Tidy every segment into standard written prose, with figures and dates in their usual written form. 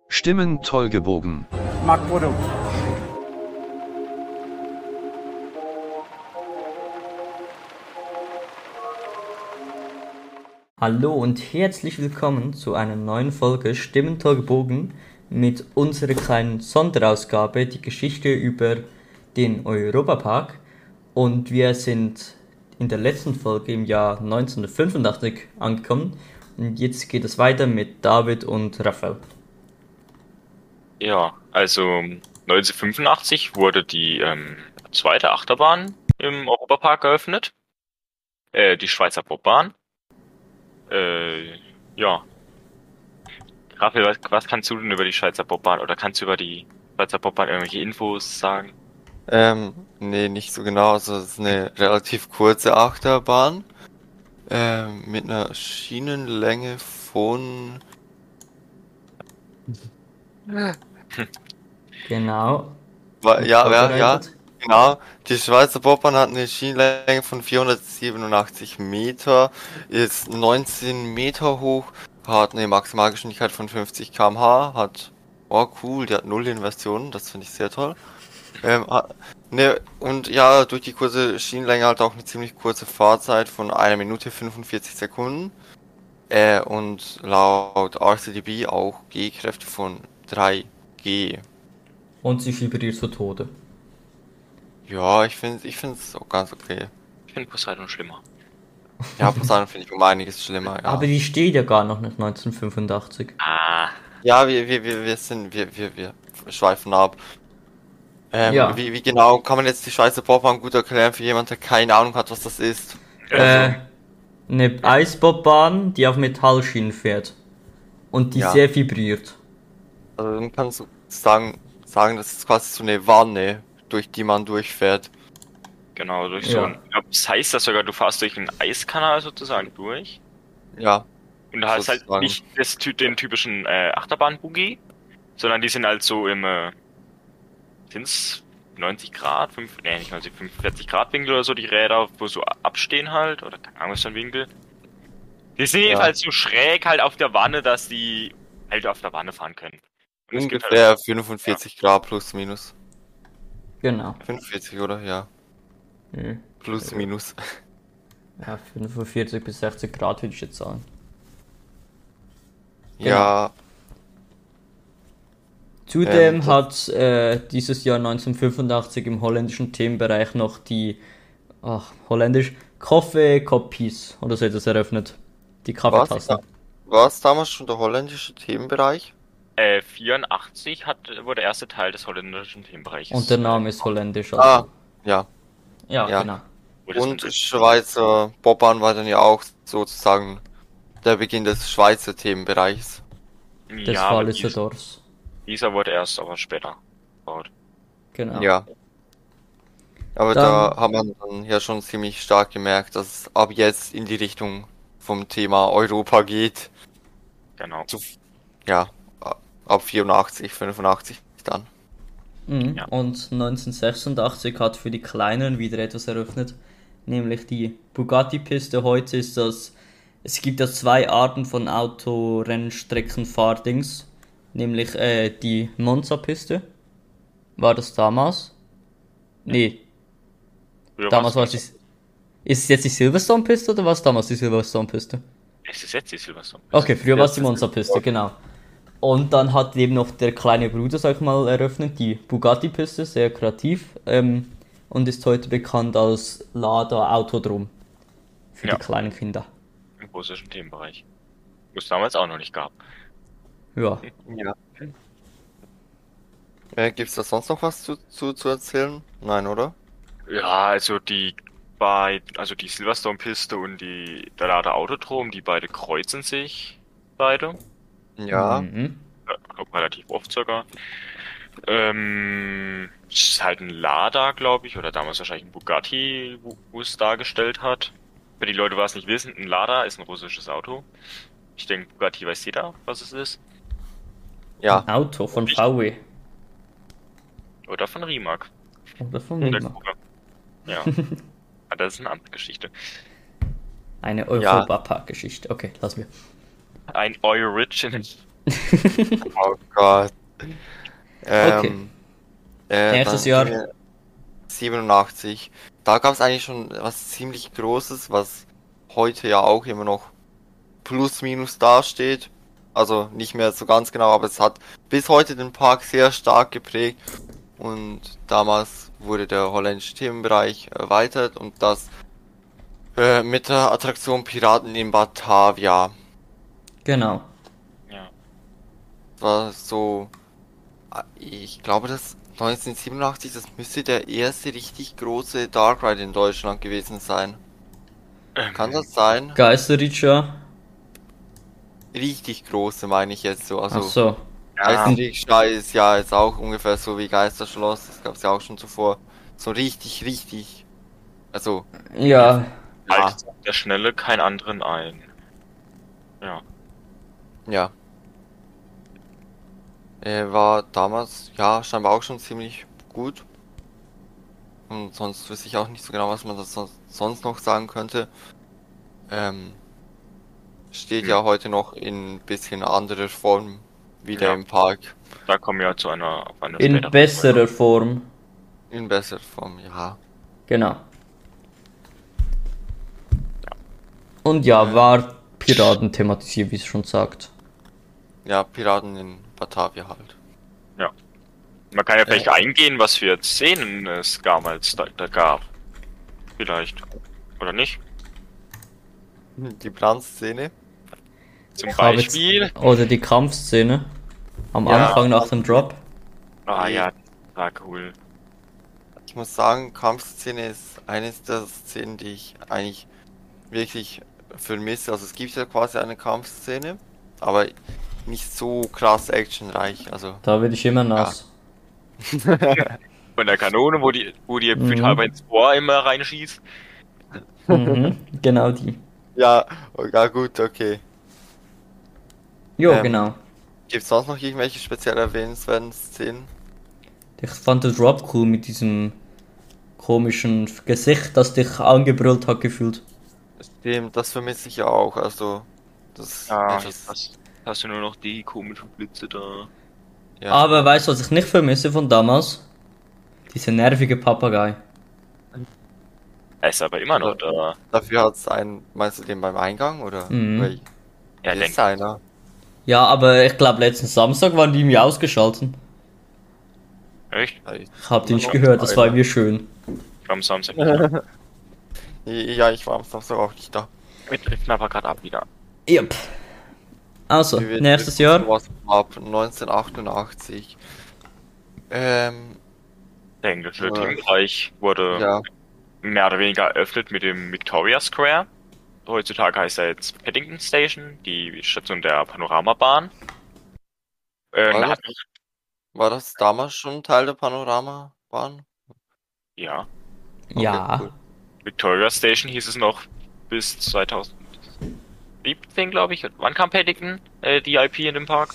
Stimmen toll gebogen. Magdeburg. Hallo und herzlich willkommen zu einer neuen Folge Stimmen toll gebogen mit unserer kleinen Sonderausgabe, die Geschichte über den Europapark. Und wir sind in der letzten Folge im Jahr 1985 angekommen und jetzt geht es weiter mit David und Raphael. Ja, also 1985 wurde die zweite Achterbahn im Europapark eröffnet. Die Schweizer Bobbahn. Ja. Raphael, was kannst du denn über die Schweizer Bobbahn oder kannst du über die Schweizer Bobbahn irgendwelche Infos sagen? Nee, nicht so genau. Also es ist eine relativ kurze Achterbahn. Mit einer Schienenlänge von... Genau. Ja, genau. Die Schweizer Bobbahn hat eine Schienenlänge von 487 Meter, ist 19 Meter hoch, hat eine Maximalgeschwindigkeit von 50 km/h, die hat null Inversionen, das finde ich sehr toll. Und ja, durch die kurze Schienenlänge halt auch eine ziemlich kurze Fahrzeit von 1 Minute 45 Sekunden. Und laut RCDB auch G-Kräfte von 3G. Und sie vibriert zu Tode. Ja, ich find's auch ganz okay. Ich finde Poseidon schlimmer. Ja, Poseidon finde ich um einiges schlimmer, ja. Aber die steht ja gar noch nicht 1985. Ja, wir schweifen ab. Ja. Wie genau kann man jetzt die Schweizer Bobbahn gut erklären für jemanden, der keine Ahnung hat, was das ist? Eine Eisbobbahn, die auf Metallschienen fährt. Und die Ja. sehr vibriert. Also man kann so sagen, das ist quasi so eine Wanne, durch die man durchfährt. Genau, durch Ja. so ein. Ich glaub, das heißt das sogar, du fährst durch einen Eiskanal sozusagen durch. Ja. Und da hast halt Sozusagen. nicht den typischen Achterbahn-Boogie, sondern die sind halt so im sind's 90 Grad, nicht 90, 45 Grad Winkel oder so, die Räder, wo so abstehen halt, oder keine Ahnung, was für ein Winkel. Die sind jedenfalls so schräg halt auf der Wanne, dass die halt auf der Wanne fahren können. Und es gibt Ungefähr halt, 45 Grad plus minus. Genau. 45, oder? Ja. Hm. Plus minus. Ja, 45 bis 60 Grad würde ich jetzt sagen. Ja. Zudem hat dieses Jahr 1985 im holländischen Themenbereich noch die holländisch Coffee Copies oder so etwas eröffnet. Die Kaffeetassen. War es damals schon der holländische Themenbereich? 84 wurde der erste Teil des holländischen Themenbereiches. Und der Name ist holländisch. Also. Ja. Ja, ja. genau. Und Schweizer Bobbahn war dann ja auch sozusagen der Beginn des Schweizer Themenbereichs. Das ja, Fall ist der Dors. dieser wurde erst aber später gebaut. Genau. Ja. Aber da hat man dann ja schon ziemlich stark gemerkt, dass es ab jetzt in die Richtung vom Thema Europa geht. Genau. Ab 84, 85 dann. Mhm. Ja. Und 1986 hat für die Kleineren wieder etwas eröffnet, nämlich die Bugatti-Piste. Heute ist es gibt ja zwei Arten von Autorennstreckenfahrdings, nämlich die Monza-Piste. War das damals? Nee, Früher damals war war's- es. Ist es jetzt die Silverstone-Piste oder war es damals die Silverstone-Piste? Es ist jetzt die Silverstone. Okay, früher war es die Ja, Monza-Piste, genau. Und dann hat eben noch der kleine Bruder, sag ich mal, eröffnet, die Bugatti-Piste, sehr kreativ, und ist heute bekannt als Lada Autodrom für Ja. die kleinen Kinder. Im russischen Themenbereich. Wo es damals auch noch nicht gab. Ja, Ja. Gibt's da sonst noch was zu erzählen? Nein, oder? Ja, also die Silverstone-Piste und der Lada Autodrom, die beide kreuzen sich beide. Ja. Mhm. Relativ oft sogar. Es ist halt ein Lada, glaube ich, oder damals wahrscheinlich ein Bugatti, wo es dargestellt hat. Wenn die Leute was nicht wissen, ein Lada ist ein russisches Auto. Ich denke, Bugatti weiß jeder, was es ist. Ja. Ein Auto von VW. Oder von Rimac. Oder von Der Rimac. Kuga. Ja. Aber das ist eine andere Geschichte. Eine Europapark-Geschichte. Okay, lass mir. Ein Original Oh Gott. Okay. Nächstes Dann Jahr. gehen wir 87. Da gab es eigentlich schon was ziemlich Großes, was heute ja auch immer noch plus minus dasteht. Also nicht mehr so ganz genau, aber es hat bis heute den Park sehr stark geprägt. Und damals wurde der holländische Themenbereich erweitert und das mit der Attraktion Piraten in Batavia. Genau. Ja. War so, ich glaube, das 1987, das müsste der erste richtig große Dark Ride in Deutschland gewesen sein. Kann das sein? Geisterritter. Richtig große meine ich jetzt so. Ach Also so. Ja, Geisterrikscha ist ja jetzt auch ungefähr so wie Geisterschloss. Das gab es ja auch schon zuvor. So richtig. Also, Ja. ja, halt der Schnelle keinen anderen ein. Ja. ja. War damals, ja, scheinbar auch schon ziemlich gut. Und sonst wüsste ich auch nicht so genau, was man das sonst noch sagen könnte. Steht ja heute noch in bisschen anderer Form wieder Ja. im Park. Da kommen wir zu auf eine In spätere besserer Form. In besserer Form, ja. Genau. Und ja, war Piraten thematisiert, wie es schon sagt. Ja, Piraten in Batavia halt. Man kann ja vielleicht eingehen, was für Szenen es damals da gab. Vielleicht. Oder nicht? Die Brandszene. Zum Ich habe jetzt- Beispiel. Oder die Kampfszene. Am Ja. Anfang nach dem Drop. Ah ja, war cool. Ich muss sagen, Kampfszene ist eines der Szenen, die ich eigentlich wirklich vermisse. Also es gibt ja quasi eine Kampfszene, aber nicht so krass actionreich. Also Da werde ich immer nass. Von der Kanone, wo die gefühlt Mhm. halber ins Ohr immer reinschießt. Mhm. Genau die. ja, ja gut, okay. Jo, Ähm. genau. Gibt es sonst noch irgendwelche speziell erwähnenswerten Szenen? Ich fand den Drop cool mit diesem komischen Gesicht, das dich angebrüllt hat gefühlt. Stimmt, das vermisse ich ja auch. Also das, Ja, das hast du nur noch die komischen Blitze da. ja. Aber weißt du, was ich nicht vermisse von damals? Dieser nervige Papagei. Er ist aber immer noch da. Dafür hat es einen, meinst du den beim Eingang oder? Mhm. Weil Ja, hier ist denk. einer. Ja, aber ich glaube, letzten Samstag waren die irgendwie ausgeschaltet. Echt? Ich hab die nicht gehört, das war irgendwie schön. Ich war am Samstag nicht da. Ja, ich war am Samstag auch nicht da. Wir driften aber gerade ab wieder. Yep. Also, Wir nächstes driften Jahr. sowas ab 1988. Der englische Ja. Themenbereich wurde Ja, mehr oder weniger eröffnet mit dem Victoria Square. Heutzutage heißt er jetzt Paddington Station, die Station der Panoramabahn. war war das damals schon Teil der Panoramabahn? Ja, Okay, Ja. cool. Victoria Station hieß es noch bis 2017, glaube ich. Wann kam Paddington, die IP in dem Park?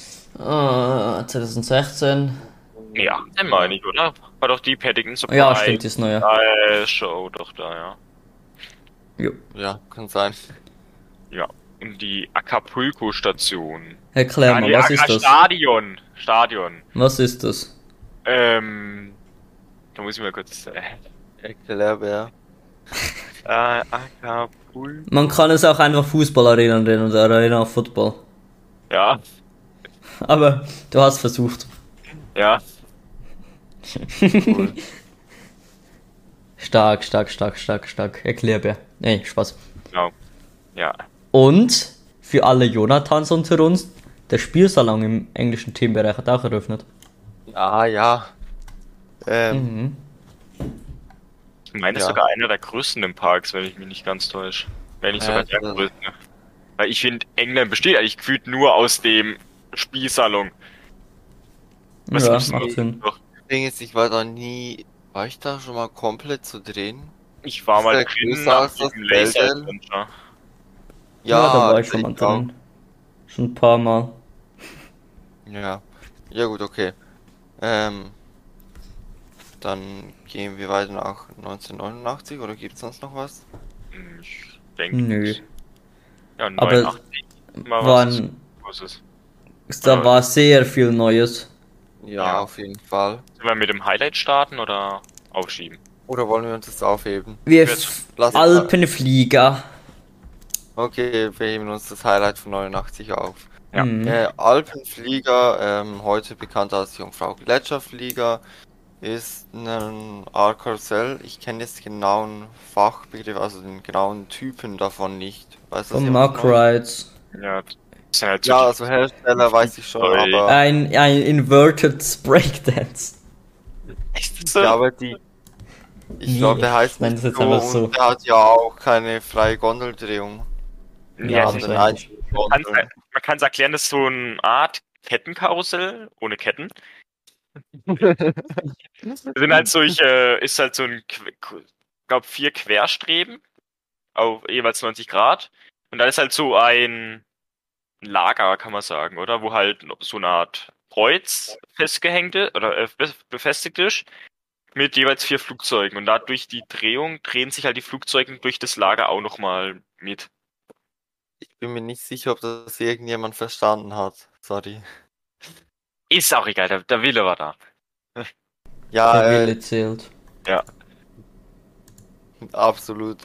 2016. Nee, 18 meine ich, oder? War doch die Paddington Surprise Ja, stimmt, ist neue. Show doch da, ja. Jo. Ja, kann sein. Ja. Und die Acapulco Station. Erklär mal, nee, was ist das? Stadion. Was ist das? Da muss ich mal kurz. Erklärbär. Acapulco. Man kann es auch einfach Fußballarena nennen oder Arena of Football. Ja, Aber du hast versucht. ja. Cool. Stark. Erklärbär. Ey, Spaß. Genau. Ja. Und für alle Jonathans unter uns, der Spielsalon im englischen Themenbereich hat auch eröffnet. Ja. Mhm. Ich meine, ist Ja. sogar einer der größten im Parks, wenn ich mich nicht ganz täusche. Wenn nicht sogar der das- größte. Weil ich finde, England besteht eigentlich gefühlt nur aus dem Spielsalon. Was Ja, gibt's macht noch? Sinn. Ding ist, war ich da schon mal komplett zu drehen? Ich war Ist mal der drin größer auf als das diesem Laser Bellden? Adventure. Ja, da war ich schon mal auch. drin. Schon ein paar Mal. Ja. Ja gut, okay. Dann gehen wir weiter nach 1989 oder gibt's sonst noch was? Ich denke Nö. nicht. Ja, Aber 89 mal was Waren, Großes. Da war sehr viel Neues. Ja, auf jeden Fall. Sollen wir mit dem Highlight starten oder aufschieben? Oder wollen wir uns das aufheben? Wir Alpenflieger. Okay, wir heben uns das Highlight von 89 auf. Ja. Alpenflieger, heute bekannt als Jungfrau Gletscherflieger, ist ein Art-Karussell. Ich kenne jetzt den genauen Fachbegriff, also den genauen Typen davon nicht. Weißt du, Von Mark Rides. Ja, das sind halt so Ja, die- also Hersteller weiß ich schon, aber Ein Inverted Breakdance. Echt so? ja, aber die. Ich Nee, glaube, der heißt nein, nicht das ist so einfach und so. der hat ja auch keine freie Gondeldrehung. Ja, also wahrscheinlich. einzelne Gondeln. man kann es erklären, das ist so eine Art Kettenkarussell ohne Ketten. Das sind halt ist halt so ein, glaube 4 Querstreben auf jeweils 90 Grad. Und da ist halt so ein Lager, kann man sagen, oder? Wo halt so eine Art Kreuz festgehängt ist, oder befestigt ist, mit jeweils 4 Flugzeugen. Und dadurch die Drehung drehen sich halt die Flugzeuge durch das Lager auch nochmal mit. Ich bin mir nicht sicher, ob das irgendjemand verstanden hat. Sorry. Ist auch egal, der Wille war da. Ja, Der Wille zählt. absolut.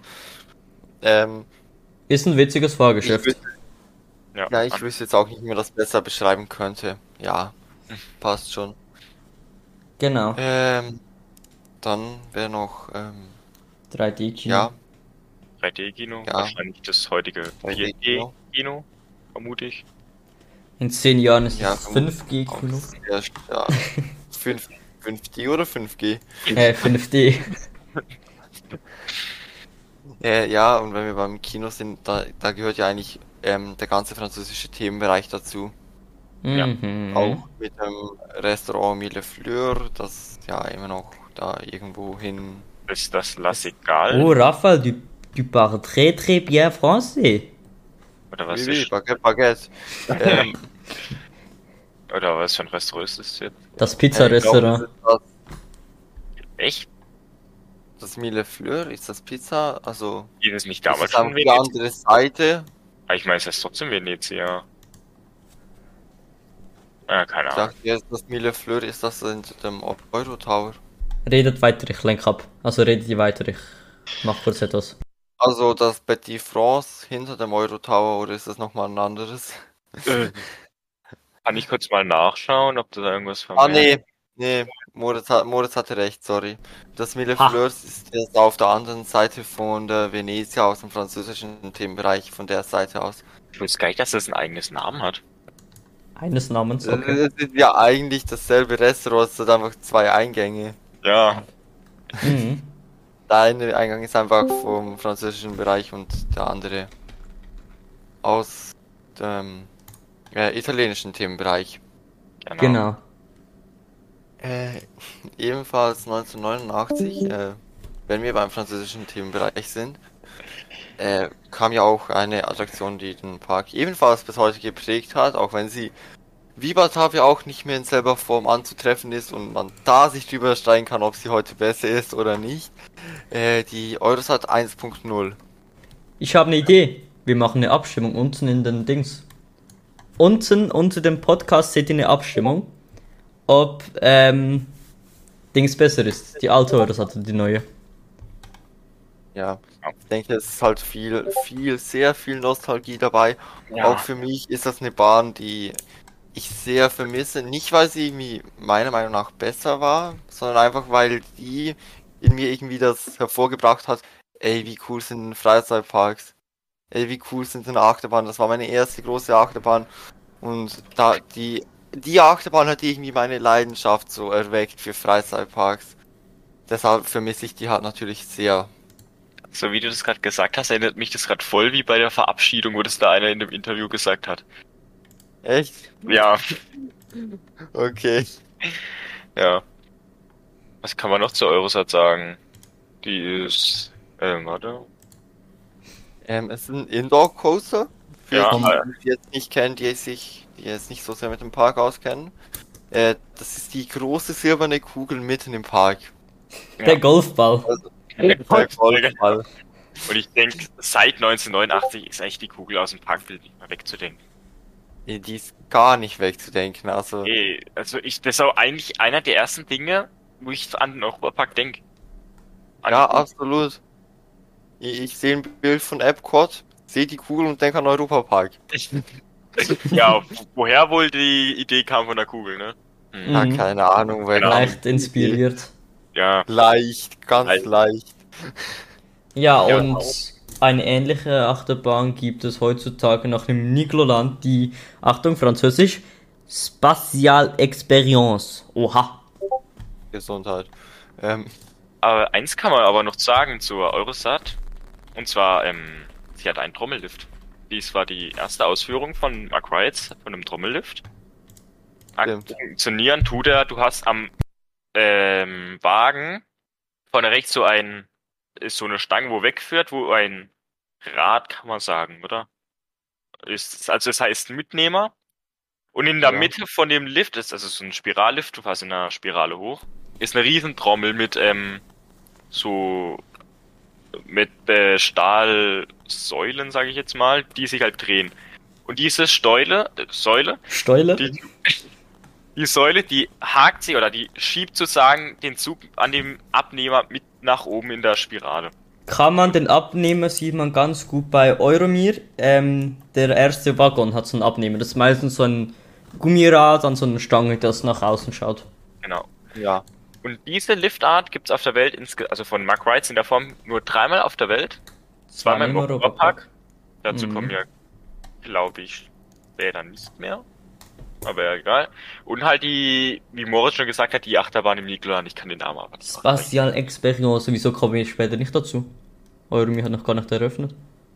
Ist ein witziges Fahrgeschäft. Ich wüsste jetzt auch nicht, wie man das besser beschreiben könnte. Ja, passt schon. Genau. Dann wäre noch, 3D-Kino. ja, 3D-Kino, Ja. wahrscheinlich das heutige 3D-Kino. 4D-Kino, vermute ich. In 10 Jahren ist Ja, es 5G-Kino. Ja, 5D oder 5G? 5D. Ja, und wenn wir beim Kino sind, da gehört ja eigentlich der ganze französische Themenbereich dazu. Ja. Mhm. Auch mit dem Restaurant Mille Fleurs, das ja immer noch da irgendwo hin. Ist das La Cigale? Oh, Raphael, du parles très très bien français. Oder was Oui, oui, ist, Baguette. oder was für ein Restaurant ist das jetzt? Das Ich glaube, Pizzarestaurant. Echt? das Mille Fleurs, ist das Pizza? Also, Die ist nicht das damals ist schon einfach die Venedig? andere Seite. Ah, ich meine, es ist trotzdem Venezia. Ja, keine Ich Ahnung. dachte jetzt, das Mille Fleurs ist das hinter dem Euro Tower. Redet weiter, ich lenk ab. Also redet ihr weiter, ich mach kurz etwas. Also das Petit France hinter dem Euro Tower oder ist das nochmal ein anderes? Kann ich kurz mal nachschauen, ob du da irgendwas Ah, vermerkt? nee, Moritz hatte recht, sorry. Das Mille Ha. Fleurs ist jetzt auf der anderen Seite von der Venezia aus dem französischen Themenbereich, von der Seite aus. Ich wusste gar nicht, dass das einen eigenen Namen hat. Eines Namens, okay. Es ist ja eigentlich dasselbe Restaurant, es hat einfach 2 Eingänge. Ja, Mhm. Der eine Eingang ist einfach vom französischen Bereich und der andere aus dem italienischen Themenbereich. Genau. Ebenfalls 1989, wenn wir beim französischen Themenbereich sind, kam ja auch eine Attraktion, die den Park ebenfalls bis heute geprägt hat, auch wenn sie wie Batavia auch nicht mehr in selber Form anzutreffen ist und man da sich drüber streiten kann, ob sie heute besser ist oder nicht. Die Eurosat 1.0. Ich habe eine Idee. Wir machen eine Abstimmung unten in den Dings. Unten unter dem Podcast seht ihr eine Abstimmung, ob Dings besser ist. Die alte oder die neue. Ja, ich denke, es ist halt sehr viel Nostalgie dabei. Ja. Auch für mich ist das eine Bahn, die ich sehr vermisse. Nicht, weil sie irgendwie meiner Meinung nach besser war, sondern einfach, weil die in mir irgendwie das hervorgebracht hat. Ey, wie cool sind denn Freizeitparks? Ey, wie cool sind denn Achterbahnen? Das war meine erste große Achterbahn. Und die Achterbahn hat irgendwie meine Leidenschaft so erweckt für Freizeitparks. Deshalb vermisse ich die halt natürlich sehr. So wie du das gerade gesagt hast, erinnert mich das gerade voll wie bei der Verabschiedung, wo das da einer in dem Interview gesagt hat. Echt? Ja, Okay. ja. Was kann man noch zur Eurosat sagen? Die ist, warte. Es ist ein Indoor-Coaster. Für Ja, die jetzt nicht kennen, die jetzt nicht so sehr mit dem Park auskennen. Das ist die große silberne Kugel mitten im Park. Der Golfball. Der Golfball. Und ich denke, seit 1989 ist echt die Kugel aus dem Parkbild nicht mehr wegzudenken. Die ist gar nicht wegzudenken. Also, Also das ist auch eigentlich einer der ersten Dinge, wo ich an den Europapark denke. ja, absolut. Ich sehe ein Bild von Epcot, sehe die Kugel und denke an Europapark. Ja, woher wohl die Idee kam von der Kugel, ne? Ja, Mhm. keine Ahnung, wer Genau. Leicht inspiriert. Ja, Leicht, ganz leicht. Ja, Ja. und eine ähnliche Achterbahn gibt es heutzutage noch im Nigloland, die, Achtung, französisch, Spatial Experience. Oha. Gesundheit. aber eins kann man aber noch sagen zur Eurosat. Und zwar, sie hat einen Trommellift. Dies war die erste Ausführung von Mark Wrights, von einem Trommellift. Stimmt. Funktionieren tut er, du hast am Wagen vorne rechts ist so eine Stange, wo wegführt, wo ein Rad, kann man sagen, oder? Also es heißt Mitnehmer. Und in der Ja. Mitte von dem Lift ist, also so ein Spirallift, du fährst in einer Spirale hoch, ist eine Riesentrommel mit Stahlsäulen, sage ich jetzt mal, die sich halt drehen. Und diese Säule, Steule? die Säule, die hakt sich oder die schiebt sozusagen den Zug an dem Abnehmer mit nach oben in der Spirale. Kann man den Abnehmer, sieht man ganz gut bei Euromir. Der erste Waggon hat so einen Abnehmer. Das ist meistens so ein Gummirad an so einer Stange, das nach außen schaut. Genau. Ja. Und diese Liftart gibt's auf der Welt, also von Mark Wrights in der Form, nur 3-mal auf der Welt. Zweimal im Europapark. Dazu Mhm. kommen ja, glaube ich, später nicht mehr. Aber ja, egal. Und halt wie Moritz schon gesagt hat, die Achterbahn im Nigloland, ich kann den Namen aber nicht machen. Spatial Experience, wieso kommen wir später nicht dazu? Euromir hat noch gar nicht eröffnet.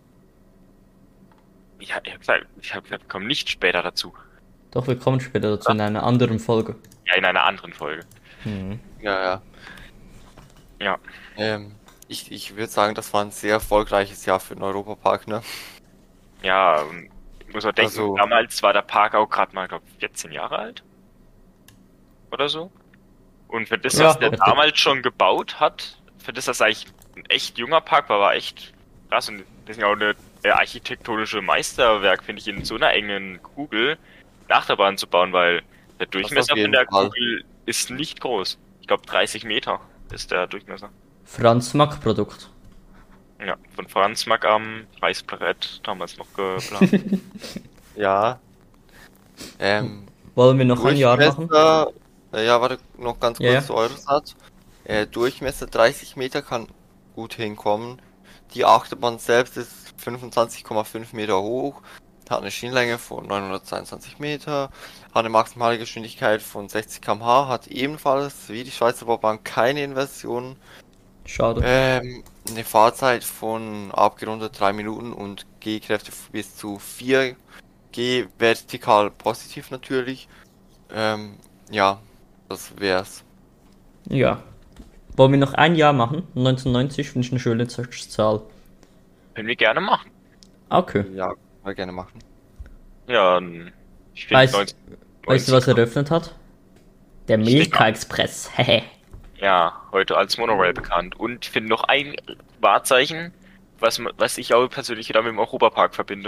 Ich hab gesagt, wir kommen nicht später dazu. Doch, wir kommen später dazu in einer anderen Folge. Ja, in einer anderen Folge. Ja. Ja. Ich würde sagen, das war ein sehr erfolgreiches Jahr für den Europapark, ne? Ja, muss man denken, Also- damals war der Park auch gerade mal, glaube 14 Jahre alt. Oder so. Und für das, Ja, was der richtig. damals schon gebaut hat, für das, dass eigentlich ein echt junger Park war echt krass. Und deswegen auch eine architektonische Meisterwerk, finde ich, in so einer engen Kugel eine Achterbahn zu bauen, weil der Durchmesser auf jeden von der Fall. Kugel ist nicht groß. Ich glaube 30 Meter ist der Durchmesser. Franz Mack Produkt. Ja, von Franz Mack am Reißbrett damals noch geplant. Ja. Wollen wir noch ein Jahr machen? Durchmesser, ja, warte, noch ganz kurz Ja, ja. zu Eurosat. Durchmesser 30 Meter kann gut hinkommen. Die Achterbahn selbst ist 25,5 Meter hoch, hat eine Schienenlänge von 922 Meter, hat eine maximale Geschwindigkeit von 60 km/h, hat ebenfalls wie die Schweizer Bobbahn keine Inversion. Schade. Eine Fahrzeit von abgerundet 3 Minuten und G-Kräfte bis zu 4 G vertikal positiv natürlich. Ja, das wär's. Ja. Wollen wir noch ein Jahr machen? 1990 finde ich eine schöne Zahl. Können wir gerne machen. Okay. Ja, mal gerne machen. Ja, ich finde Weißt du, was eröffnet hat? Der Milka Express. Hehe. Ja, heute als Monorail bekannt. Und ich finde noch ein Wahrzeichen, was ich auch persönlich wieder mit dem Europapark verbinde.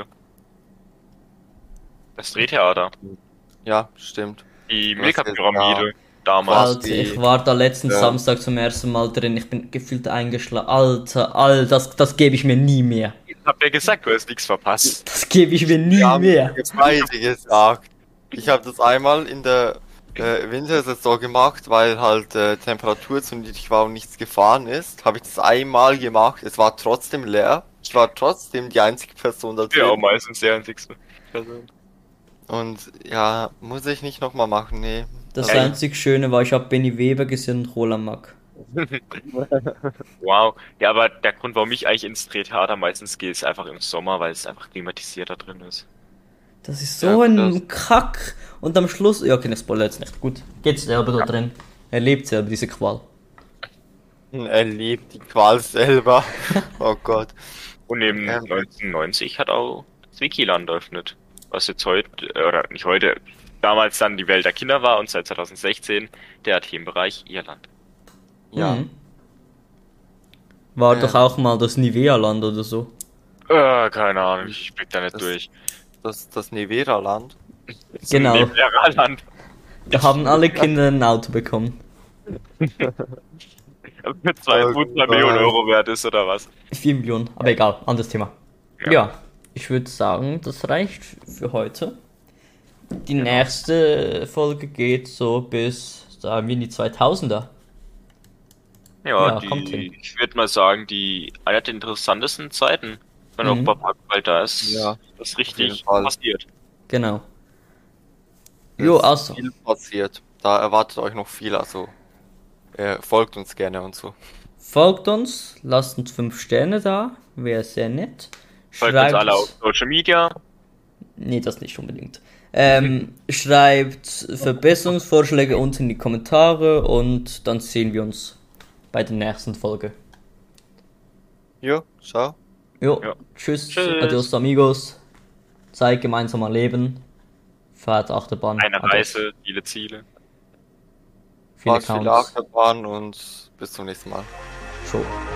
Das Drehtheater. Ja, stimmt. Die Was Milka-Pyramide ist damals. Alter, ich war da letzten Samstag zum ersten Mal drin. Ich bin gefühlt eingeschlafen. Alter, das gebe ich mir nie mehr. Ich hab ja gesagt, du hast nichts verpasst. Das gebe ich mir nie Wir haben mehr. beide gesagt. Ich habe das einmal in der Wintersaison gemacht, weil halt Temperatur zu niedrig war und nichts gefahren ist. Habe ich das einmal gemacht. Es war trotzdem leer. Ich war trotzdem die einzige Person da drin. Ja, auch meistens der einzigste Person. Und ja, muss ich nicht nochmal machen, nee. Das einzig Schöne war, ich habe Benny Weber gesehen und Roland Mack. Wow. Ja, aber der Grund, warum ich eigentlich ins Drehtheater meistens gehe, ist einfach im Sommer, weil es einfach klimatisierter drin ist. Das ist so Ja, ein Kack. Und am Schluss, ja, okay, das Spoiler jetzt nicht. Gut, geht's selber da drin. Er lebt selber diese Qual. Er lebt die Qual selber. Oh Gott. Und im 1990 hat auch das Wikiland eröffnet. Was jetzt heute, oder nicht heute, damals dann die Welt der Kinder war und seit 2016 der Themenbereich Irland. Ja. Mhm. War doch auch mal das Nivea-Land oder so. Keine Ahnung, ich blick da nicht durch. Das Nevera-Land. Genau. Neben Lehrerland. Da haben alle Kinder ein Auto bekommen. Für 2 Millionen Euro wert ist oder was? 4 Millionen, aber egal, anderes Thema. Ja, ich würde sagen, das reicht für heute. Die nächste Folge geht so bis, sagen wir, in die 2000er. Ja, kommt hin. ich würde mal sagen, eine der interessantesten Zeiten, wenn Europapark, weil da ist das richtig passiert. Genau. Jo, also. Viel passiert. Da erwartet euch noch viel, also folgt uns gerne und so. Folgt uns, lasst uns 5 Sterne da, wäre sehr nett. Folgt uns alle auf Social Media. Nee, das nicht unbedingt. Schreibt Verbesserungsvorschläge unten in die Kommentare und dann sehen wir uns bei der nächsten Folge. Jo, ciao. Jo, tschüss, adios amigos. Zeit gemeinsamer Leben. Fahrt Achterbahn. Eine Reise, viele Ziele. Viele Achterbahn und bis zum nächsten Mal. Ciao.